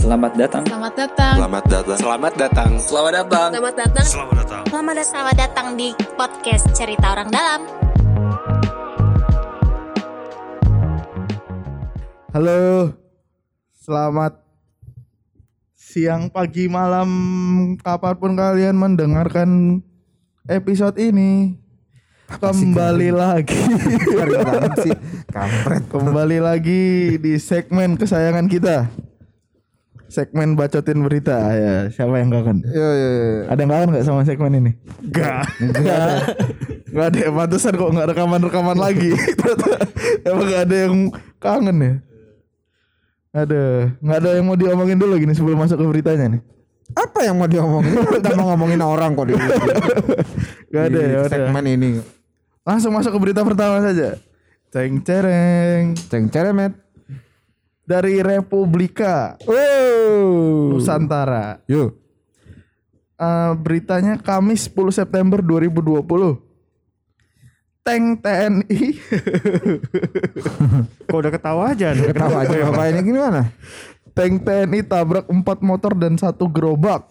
Selamat datang. Selamat datang. Selamat datang. Selamat datang. Selamat datang. Selamat datang. Selamat datang. Selamat datang di podcast Cerita Orang Dalam. Halo, selamat siang, pagi, malam, kapanpun kalian mendengarkan episode ini. Kembali lagi, kembali lagi di segmen kesayangan kita, segmen bacotin berita. Ya, siapa yang kangen? Ada yang kangen nggak sama segmen ini? Nggak ada. Pantesan kok nggak rekaman lagi. Emang nggak ada yang kangen ya? Nggak ada yang mau diomongin dulu gini sebelum masuk ke beritanya nih. Apa yang mau diomongin? Kita mau ngomongin orang kok di Gak ada ya segmen ini. Langsung masuk ke berita pertama saja. Ceng ceremet dari Republika Nusantara. Yuk. Beritanya Kamis 10 September 2020. Tank TNI. Kok udah ketawa aja? Ketawa aja Bapak ini gimana? Tank TNI tabrak 4 motor dan 1 gerobak.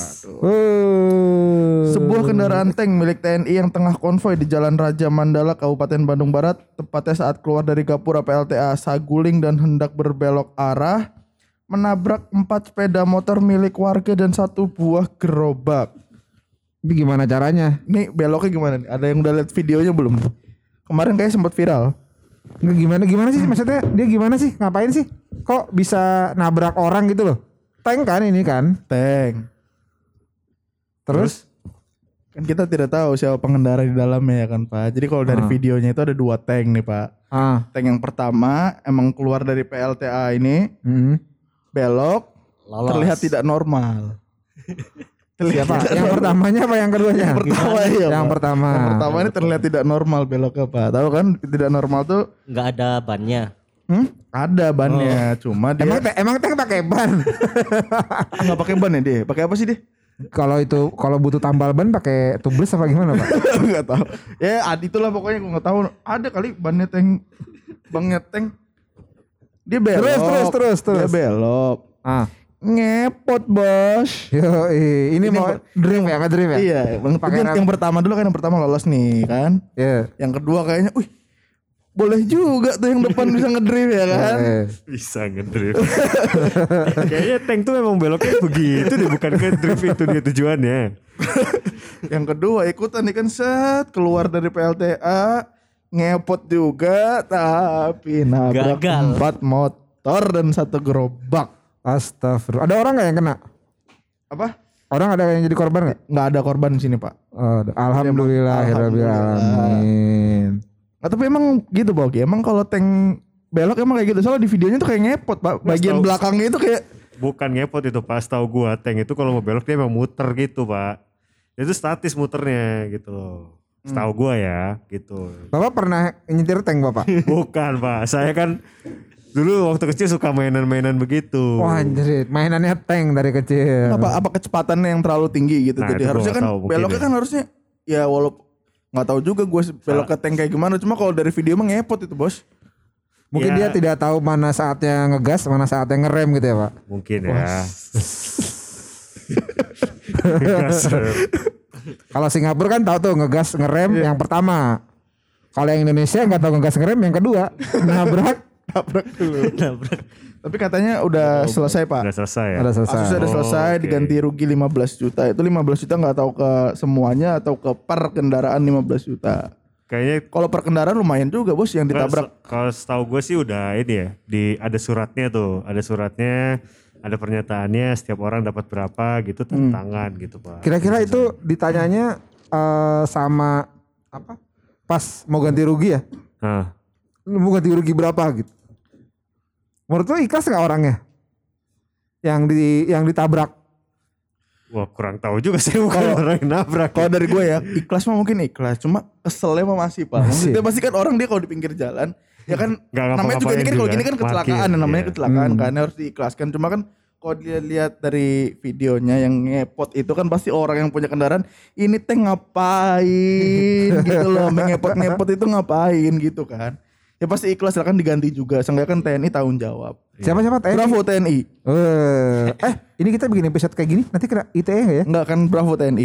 Sebuah kendaraan tank milik TNI yang tengah konvoy di Jalan Raja Mandala, Kabupaten Bandung Barat, tepatnya saat keluar dari Gapura PLTA Saguling dan hendak berbelok arah, menabrak 4 sepeda motor milik warga dan 1 buah gerobak. Ini gimana caranya? Ini beloknya gimana nih? Ada yang udah lihat videonya belum? Kemarin kayak sempat viral. Nggak gimana sih maksudnya? Dia gimana sih? Ngapain sih? Kok bisa nabrak orang gitu loh? Tank kan ini kan? Tank. Terus? Kan kita tidak tahu siapa pengendara di dalamnya ya kan Pak. Jadi kalau dari videonya itu ada 2 tank nih Pak. Tank yang pertama emang keluar dari PLTA ini, belok, terlihat tidak normal. Siapa? Yang pertamanya apa yang keduanya? Yang pertama iya, Yang Pak. pertama. Yang pertama ini terlihat tidak normal beloknya Pak. Tahu kan tidak normal tuh nggak ada bannya. Ada bannya, cuma dia Emang tank pakai ban? nggak pakai ban ya dia. Pakai apa sih dia? Kalau butuh tambal ban pakai tubeless apa gimana Pak? Nggak tahu. Ya itulah pokoknya gue nggak tahu. Ada kali bannya tank, bangnya tank. Dia belok. Terus. Dia belok. Ngepot bos. Yo, ini mau drift ya, ngedrift ya? Iya, yang pertama dulu kan, yang pertama lolos nih kan. Iya. Yang kedua kayaknya, boleh juga tuh yang depan bisa ngedrift ya kan. Bisa ngedrift. Kayaknya tank tuh memang beloknya begitu deh, bukan ngedrift itu dia tujuannya. Yang kedua ikutan nih kan keluar dari PLTA, ngepot juga tapi nabrak Gagal. 4 motor dan 1 gerobak. Astagfirullah. Ada orang nggak yang kena? Apa? Orang ada yang jadi korban nggak? Nggak ada korban di sini Pak. Alhamdulillahirobbilalamin. Nah, tapi emang gitu Bogi. Emang kalau tank belok emang kayak gitu. Soalnya di videonya tuh kayak ngepot Pak. Bagian belakangnya itu kayak Bukan ngepot itu Pak, setahu gua tank itu kalau mau belok dia memang muter gitu Pak. Itu statis muternya gitu loh. Setahu gua ya gitu. Bapak pernah nyetir tank Bapak? Bukan Pak, saya kan dulu waktu kecil suka mainan-mainan begitu. Wah anjir, mainannya tank dari kecil. apa kecepatannya yang terlalu tinggi gitu. Nah, Jadi itu harusnya gua kan tahu, mungkin beloknya ya. kan harusnya ya walaupun nggak tahu juga gue belok ke tank kayak gimana. Cuma kalau dari video mah ngepot itu bos. Mungkin dia Ya. tidak tahu mana saatnya ngegas, mana saatnya ngerem gitu ya Pak. Mungkin ya. Kalau Singapura kan tahu tuh ngegas ngerem yang pertama. Kalau yang Indonesia nggak tahu ngegas ngerem yang kedua. Nabrak dulu. Tapi katanya udah selesai Pak. Udah selesai ya. ada selesai. Kasusnya udah selesai, oke. diganti rugi 15 juta. Itu 15 juta nggak tahu ke semuanya atau ke per kendaraan 15 juta. Kayaknya Kalau per kendaraan lumayan juga bos yang ditabrak. Kalau setahu gue sih udah ini ya, ada suratnya tuh, ada pernyataannya setiap orang dapat berapa gitu tangan gitu Pak. Kira-kira itu ditanyanya sama apa? Pas mau ganti rugi ya? Nah, Lu mau ganti rugi berapa gitu? Menurut lu ikhlas nggak orangnya? Yang ditabrak? wah kurang tahu juga saya bukan orang yang nabrak. Kalau dari gue ya ikhlas mah mungkin ikhlas, cuma keselnya mah masih Pak. Maksudnya pasti kan orang dia kalau di pinggir jalan ya kan Nggak namanya juga ini kan kalau gini kan kecelakaan, Parkir, namanya iya. kecelakaan kan harus diikhlaskan. Cuma kan kalau dia lihat dari videonya yang ngepot itu kan pasti orang yang punya kendaraan ini teh ngapain gitu loh, ngepot itu ngapain gitu kan. Ya pasti ikhlas lah kan diganti juga. Seenggaknya kan TNI tanggung jawab. Siapa TNI? Bravo TNI. Ini kita bikin episode kayak gini nanti kena ITE enggak ya? Enggak kan Bravo TNI.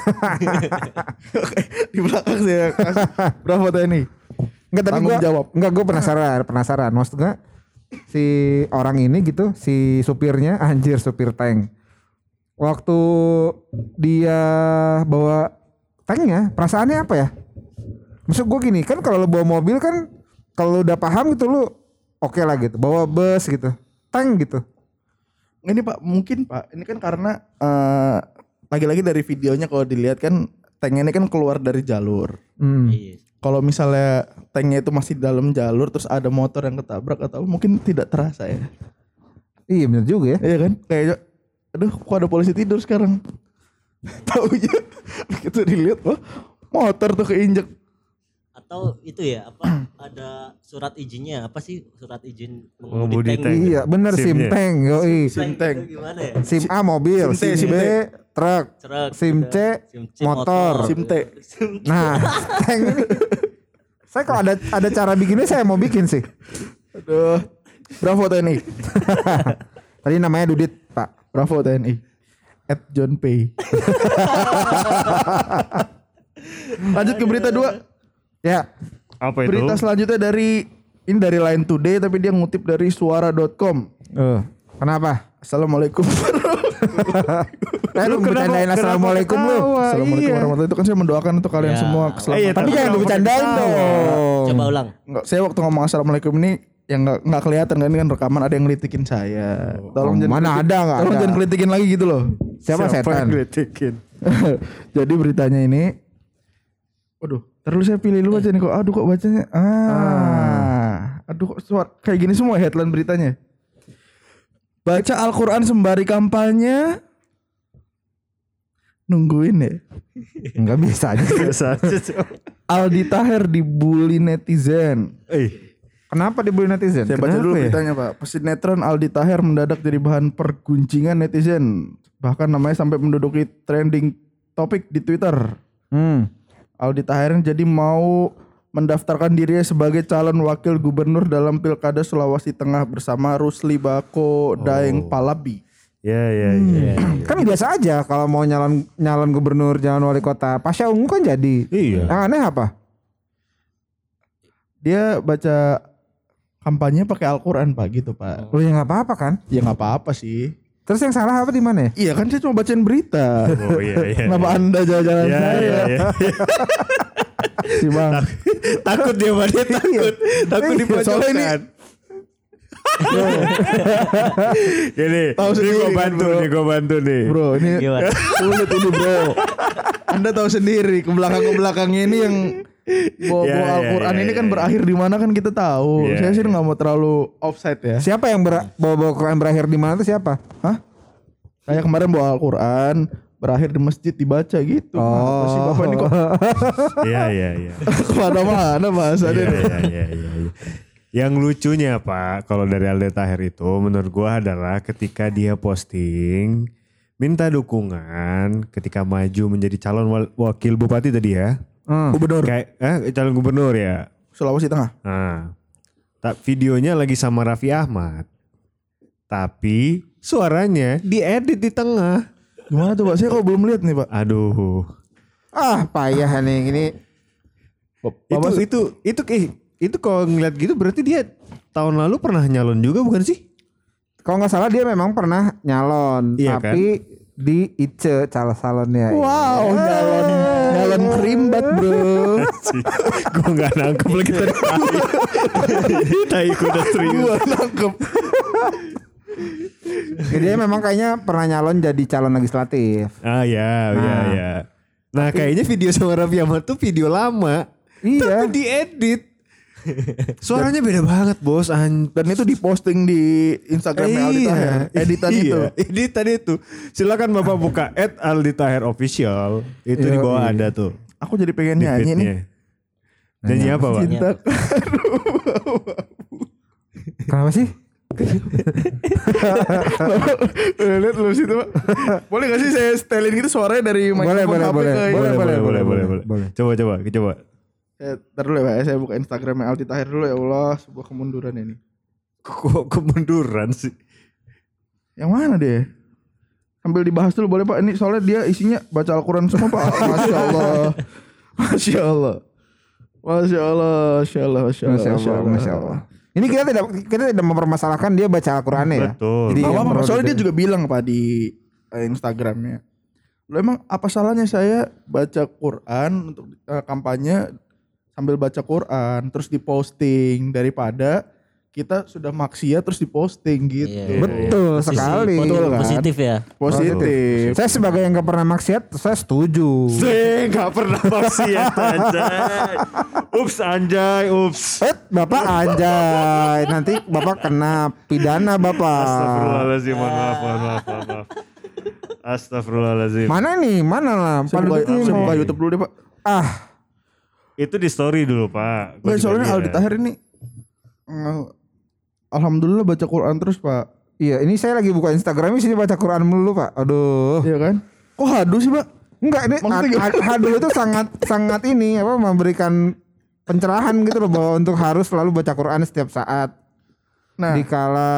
Oke, di belakang saya kasih Bravo TNI. Enggak, tapi gue penasaran. Maksudnya si orang ini gitu, si supirnya, supir tank. Waktu dia bawa tanknya, perasaannya apa ya? Maksud gue gini, kan kalau lo bawa mobil kan kalau udah paham gitu lo oke lah gitu. Bawa bus gitu, tank gitu. Ini Pak, mungkin Pak, ini kan karena lagi-lagi dari videonya kalau dilihat kan tanknya ini kan keluar dari jalur. Kalau misalnya tanknya itu masih di dalam jalur terus ada motor yang ketabrak atau mungkin tidak terasa ya. Iya benar juga ya. Iya kan? Kayak aduh kok ada polisi tidur sekarang. Taunya begitu dilihat motor tuh keinjek. Atau itu ya apa ada surat izinnya apa sih surat izin mengemudi tank? Iya benar SIM tank. Yoi. SIM tank. Gimana ya? SIM A mobil, SIM B truk, SIM C motor, SIM T. Nah, tank ini. Saya kalau ada cara bikinnya saya mau bikin sih. Aduh. Bravo TNI. Tadi namanya Dudit, Pak. Bravo TNI. @JohnPay. Lanjut ke berita 2. Ya. Apa itu? Berita selanjutnya dari Line Today tapi dia ngutip dari suara.com. Kenapa? Assalamualaikum. Lu bercandain assalamualaikum lu. Assalamualaikum warahmatullahi wabarakatuh. Kan saya mendoakan untuk kalian semua keselamatan. Tapi jangan bercandain dong. Coba ulang. Enggak, saya waktu ngomong assalamualaikum ini yang enggak kelihatan kan, ini kan rekaman ada yang ngelitikin saya. Tolong mana ada enggak? Tolong jangan kelitikin lagi gitu loh. Siapa setan? Kritikin. Jadi beritanya ini waduh, terus saya pilih dulu aja nih kok. Aduh kok bacanya. Aduh kok kayak gini semua headline beritanya. Baca Al-Quran sembari kampanye. Nungguin ya. Enggak bisa aja. Biasa aja. Aldi Taher dibully netizen. Kenapa dibully netizen? Saya baca dulu beritanya Pak. Pesinetron Aldi Taher mendadak jadi bahan pergunjingan netizen. Bahkan namanya sampai menduduki trending topik di Twitter. Aldi Taher jadi mau mendaftarkan dirinya sebagai calon wakil gubernur dalam Pilkada Sulawesi Tengah bersama Rusli Bako Daeng Palabi. Ya. Kan biasa aja kalau mau nyalon gubernur, nyalon wali kota. Pasha Ungu kan jadi. Iya. Yang aneh apa? Dia baca kampanye pakai Al-Quran Pak gitu Pak. Ya nggak apa-apa kan? Ya nggak apa-apa sih. Terus yang salah apa di mana? Iya kan saya cuma bacain berita. Oh iya. Kenapa Anda jalan-jalan saya? Iya. Si Bang. Takut dia takut dipojokkan. Gini, Tahu sendiri gue bantu nih. Bro, ini sulit ini bro. Anda tahu sendiri ke belakangnya ini yang bawa Al-Quran ini kan berakhir di mana kan kita tahu. Saya sih nggak mau terlalu offside ya. Siapa yang bawa Quran berakhir di mana tuh siapa? Hah? Saya kemarin bawa Al-Quran berakhir di masjid dibaca gitu. Si Bapak ini kok Iya. kemana-mana bahasanya. Iya. Yang lucunya Pak, kalau dari Aldi Taher itu menurut gua adalah ketika dia posting minta dukungan ketika maju menjadi calon wakil bupati tadi ya. Gubernur. Calon gubernur ya. Sulawesi Tengah. Nah, videonya lagi sama Raffi Ahmad. Tapi suaranya diedit di tengah. Gimana tuh Pak? Saya kok belum lihat nih Pak. Aduh. Payah nih ini. Itu kalau ngeliat gitu berarti dia tahun lalu pernah nyalon juga bukan sih? Kalau nggak salah dia memang pernah nyalon, iya, tapi kan? Di ICE calon-calonnya. Wow, nyalon kerimbat bro. Gue nggak nangkep lagi tadi. Tadi udah serius. Gue nangkep. Dia memang kayaknya pernah nyalon jadi calon legislatif. Iya. Nah kayaknya video sama Raffi Ahmad tuh video lama. Iya. Tapi diedit. Suaranya beda banget bos. Dan itu diposting di Instagramnya Aldi Taher. Editan itu. Silakan Bapak buka @AldiTaherOfficial. Itu di bawah ada tuh. Aku jadi pengen nyanyi nih. Nyanyi apa Pak? Cinta. Kenapa sih? Lihat lu situ Pak. Boleh gak sih saya setelin gitu suaranya dari boleh. mikrofon HP ke Boleh. Coba. Ntar dulu ya, saya buka Instagramnya Aldi Tahir dulu ya Allah, sebuah kemunduran ini. Kok kemunduran sih? Yang mana dia? Sambil dibahas dulu boleh Pak, ini soalnya dia isinya baca Al-Quran semua Pak. Masya Allah. Masya Allah. Masya Allah. Masya Allah. Masya Allah. Masya Allah. Masya Allah. Ini kita tidak mempermasalahkan dia baca Al-Qurannya ya. Betul. Jadi yang perlu Soalnya dia kita- juga bilang Pak di Instagramnya. Lo emang apa salahnya saya baca Quran untuk kampanye sambil baca Quran terus diposting daripada kita sudah maksiat terus diposting gitu. Iya. Betul sekali. Betul kan? Positif ya. Positif. Saya sebagai yang gak pernah maksiat, saya setuju. Saya nggak pernah maksiat anjay. Ups. Bapak anjay, nanti Bapak kena pidana Bapak. Astagfirullahaladzim, mohon maaf. Astagfirullahaladzim. Mana nih? Mana lah? Saya buka YouTube dulu deh Pak. Itu di story dulu Pak. Gua Nggak, juga soalnya lihat. Aldi Tahir ini alhamdulillah baca Quran terus Pak. Iya, ini saya lagi buka Instagram sini baca Quran mulu Pak. Aduh. Iya kan? Kok haduh sih Pak? Enggak, ini Maksudnya Hadul itu sangat ini memberikan pencerahan gitu loh bahwa untuk harus selalu baca Quran setiap saat. Nah, Dikala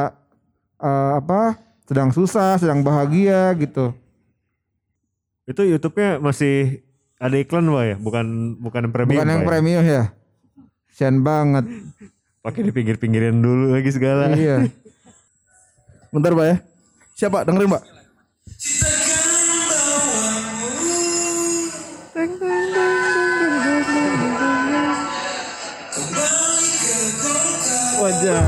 sedang susah, sedang bahagia gitu. Itu YouTube-nya masih ada iklan Pak ya? Bukan premium. Bukan yang Pak, ya? premium ya. Sian banget. Pakai di pinggir-pinggiran dulu lagi segala. Iya. bentar Pak ya. Siapa? Dengerin Pak. Wajah.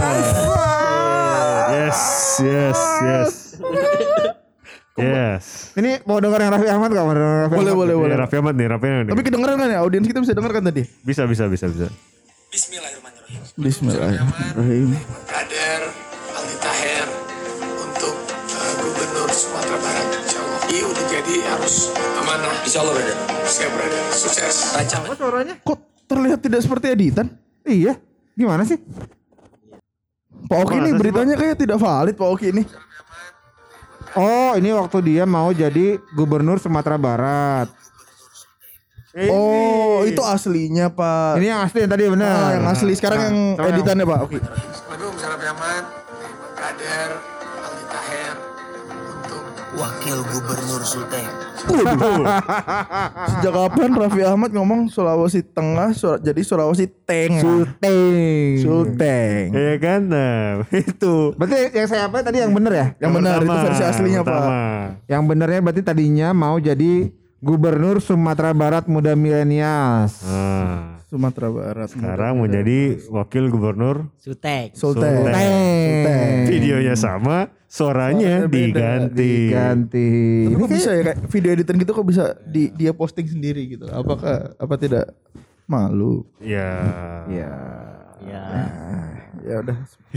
Yes. Ini mau denger yang Raffi Ahmad gak? Mau denger Raffi Ahmad? Boleh. Ini Raffi Ahmad nih. Tapi kedengeran kan ya? Audiens kita bisa denger kan tadi? Bisa. Bismillahirrahmanirrahim. Kader Aldi Tahir untuk Gubernur Sumatera Barat, insya Allah. Iya udah jadi harus amanah. Insya Allah brother. Siap brother, sukses. Rancang. Apa suaranya? Kok terlihat tidak seperti editan? Iya. Gimana sih? Pak Oki ini beritanya kayak tidak valid Pak Oki ini. Oh, ini waktu dia mau jadi Gubernur Sumatera Barat. Oh, itu aslinya Pak. Ini yang asli yang tadi benar. yang asli. Sekarang yang Sekarang editannya Pak Oki. Bandung, Sarap Yaman, Kader Aldi Tahir untuk Wakil Gubernur Sulteng. Sejak kapan Raffi Ahmad ngomong Sulawesi Tengah jadi Sulawesi Tengah? Sulteng. Iya kan? Nah, itu. Berarti yang saya apa tadi yang benar ya? Yang benar itu pertama, versi aslinya Pak. pertama. Yang benernya berarti tadinya mau jadi Gubernur Sumatera Barat Muda Milenials. Nah, Sumatera Barat. sekarang menjadi wakil gubernur. Sutek. Sulteng. Teng. Videonya sama, suaranya Suaranya beda. diganti. Ganti. Tapi kok bisa ya kayak video editan gitu kok bisa dia posting sendiri gitu? Apa tidak malu? Ya. Ya. Ya. Ya udah.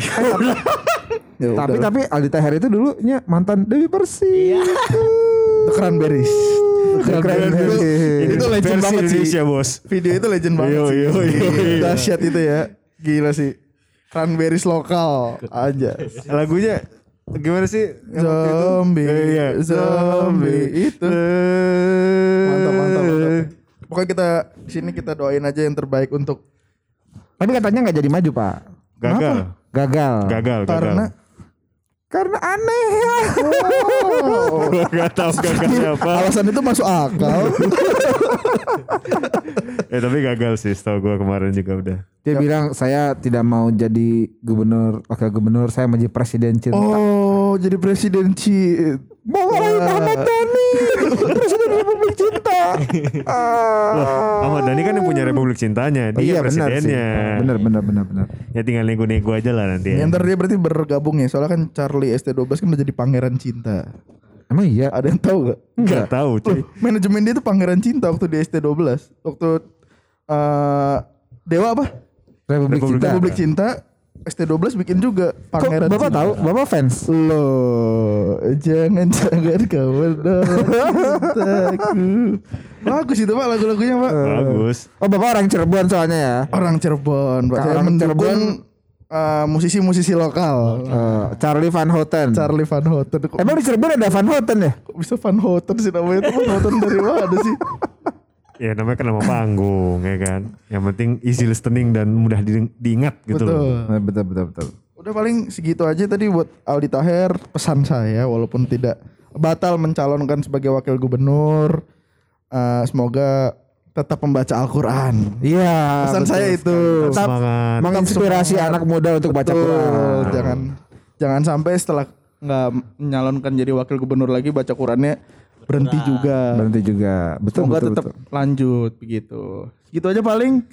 Tapi Aldi Tahir itu dulunya mantan Dewi Persik. Itu Cranberries. Cranberries. Itu legend Versi banget sih. Indonesia, Bos. Video itu legend banget Yo, sih. yo. Dahsyat itu ya. Gila sih. Cranberries lokal aja. Lagunya gimana sih? Yang waktu itu? Zombie. Iya. Zombie itu. Mantap. Pokoknya kita di sini kita doain aja yang terbaik untuk Tapi katanya nggak jadi maju Pak. Gagal. Gagal. Karena aneh ya. Gua gak tahu gagalnya apa. alasan itu masuk akal. Tapi gagal sih, setahu gue kemarin juga udah. Dia bilang saya tidak mau jadi wakil gubernur, saya mau jadi presiden cinta. Oh, jadi presiden Mau ngalahin Ahmad Dhani, presiden Republik Cinta. Ahmad Dhani kan yang punya Republik Cintanya, dia presidennya. Benar. Ya tinggal nego-nego aja lah nanti. Ya, ntar dia berarti bergabung ya. Soalnya kan Charlie ST12 kan udah jadi pangeran cinta. Emang iya? Ada yang tahu gak? Nggak tahu cuy. Manajemen dia tuh pangeran cinta waktu di ST12. Waktu Dewa apa? Republik Cinta. ST12 bikin juga pangeran Kok Bapak cinta. tahu? Bapak fans? Loh, jangan kau menolak cintaku. Bagus itu Pak lagu-lagunya Pak. Bagus. Oh Bapak orang Cirebon soalnya ya? Orang Cirebon Pak. Saya Orang mendukung musisi-musisi lokal. Charlie Van Houten. Charlie Van Houten. Kok Emang di Cirebon ada Van Houten ya? bisa Van Houten sih namanya itu? Van Houten dari mana sih? Ya namanya kan nama panggung ya kan. Yang penting easy listening dan mudah diingat gitu loh. Betul. Udah paling segitu aja tadi buat Aldi Taher, pesan saya walaupun tidak batal mencalonkan sebagai wakil gubernur. Semoga tetap membaca Al-Quran. Iya. Pesan saya itu. Tetap Semangat. menginspirasi anak muda untuk baca Quran. Jangan sampai setelah nggak menyalonkan jadi wakil gubernur lagi baca Qurannya berhenti juga. Betul. Semoga tetap lanjut begitu. Gitu aja paling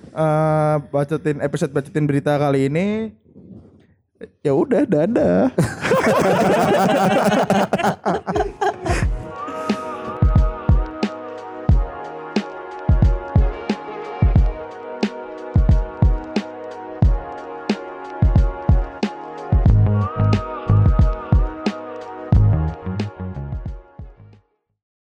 bacotin berita kali ini. Ya udah, dadah.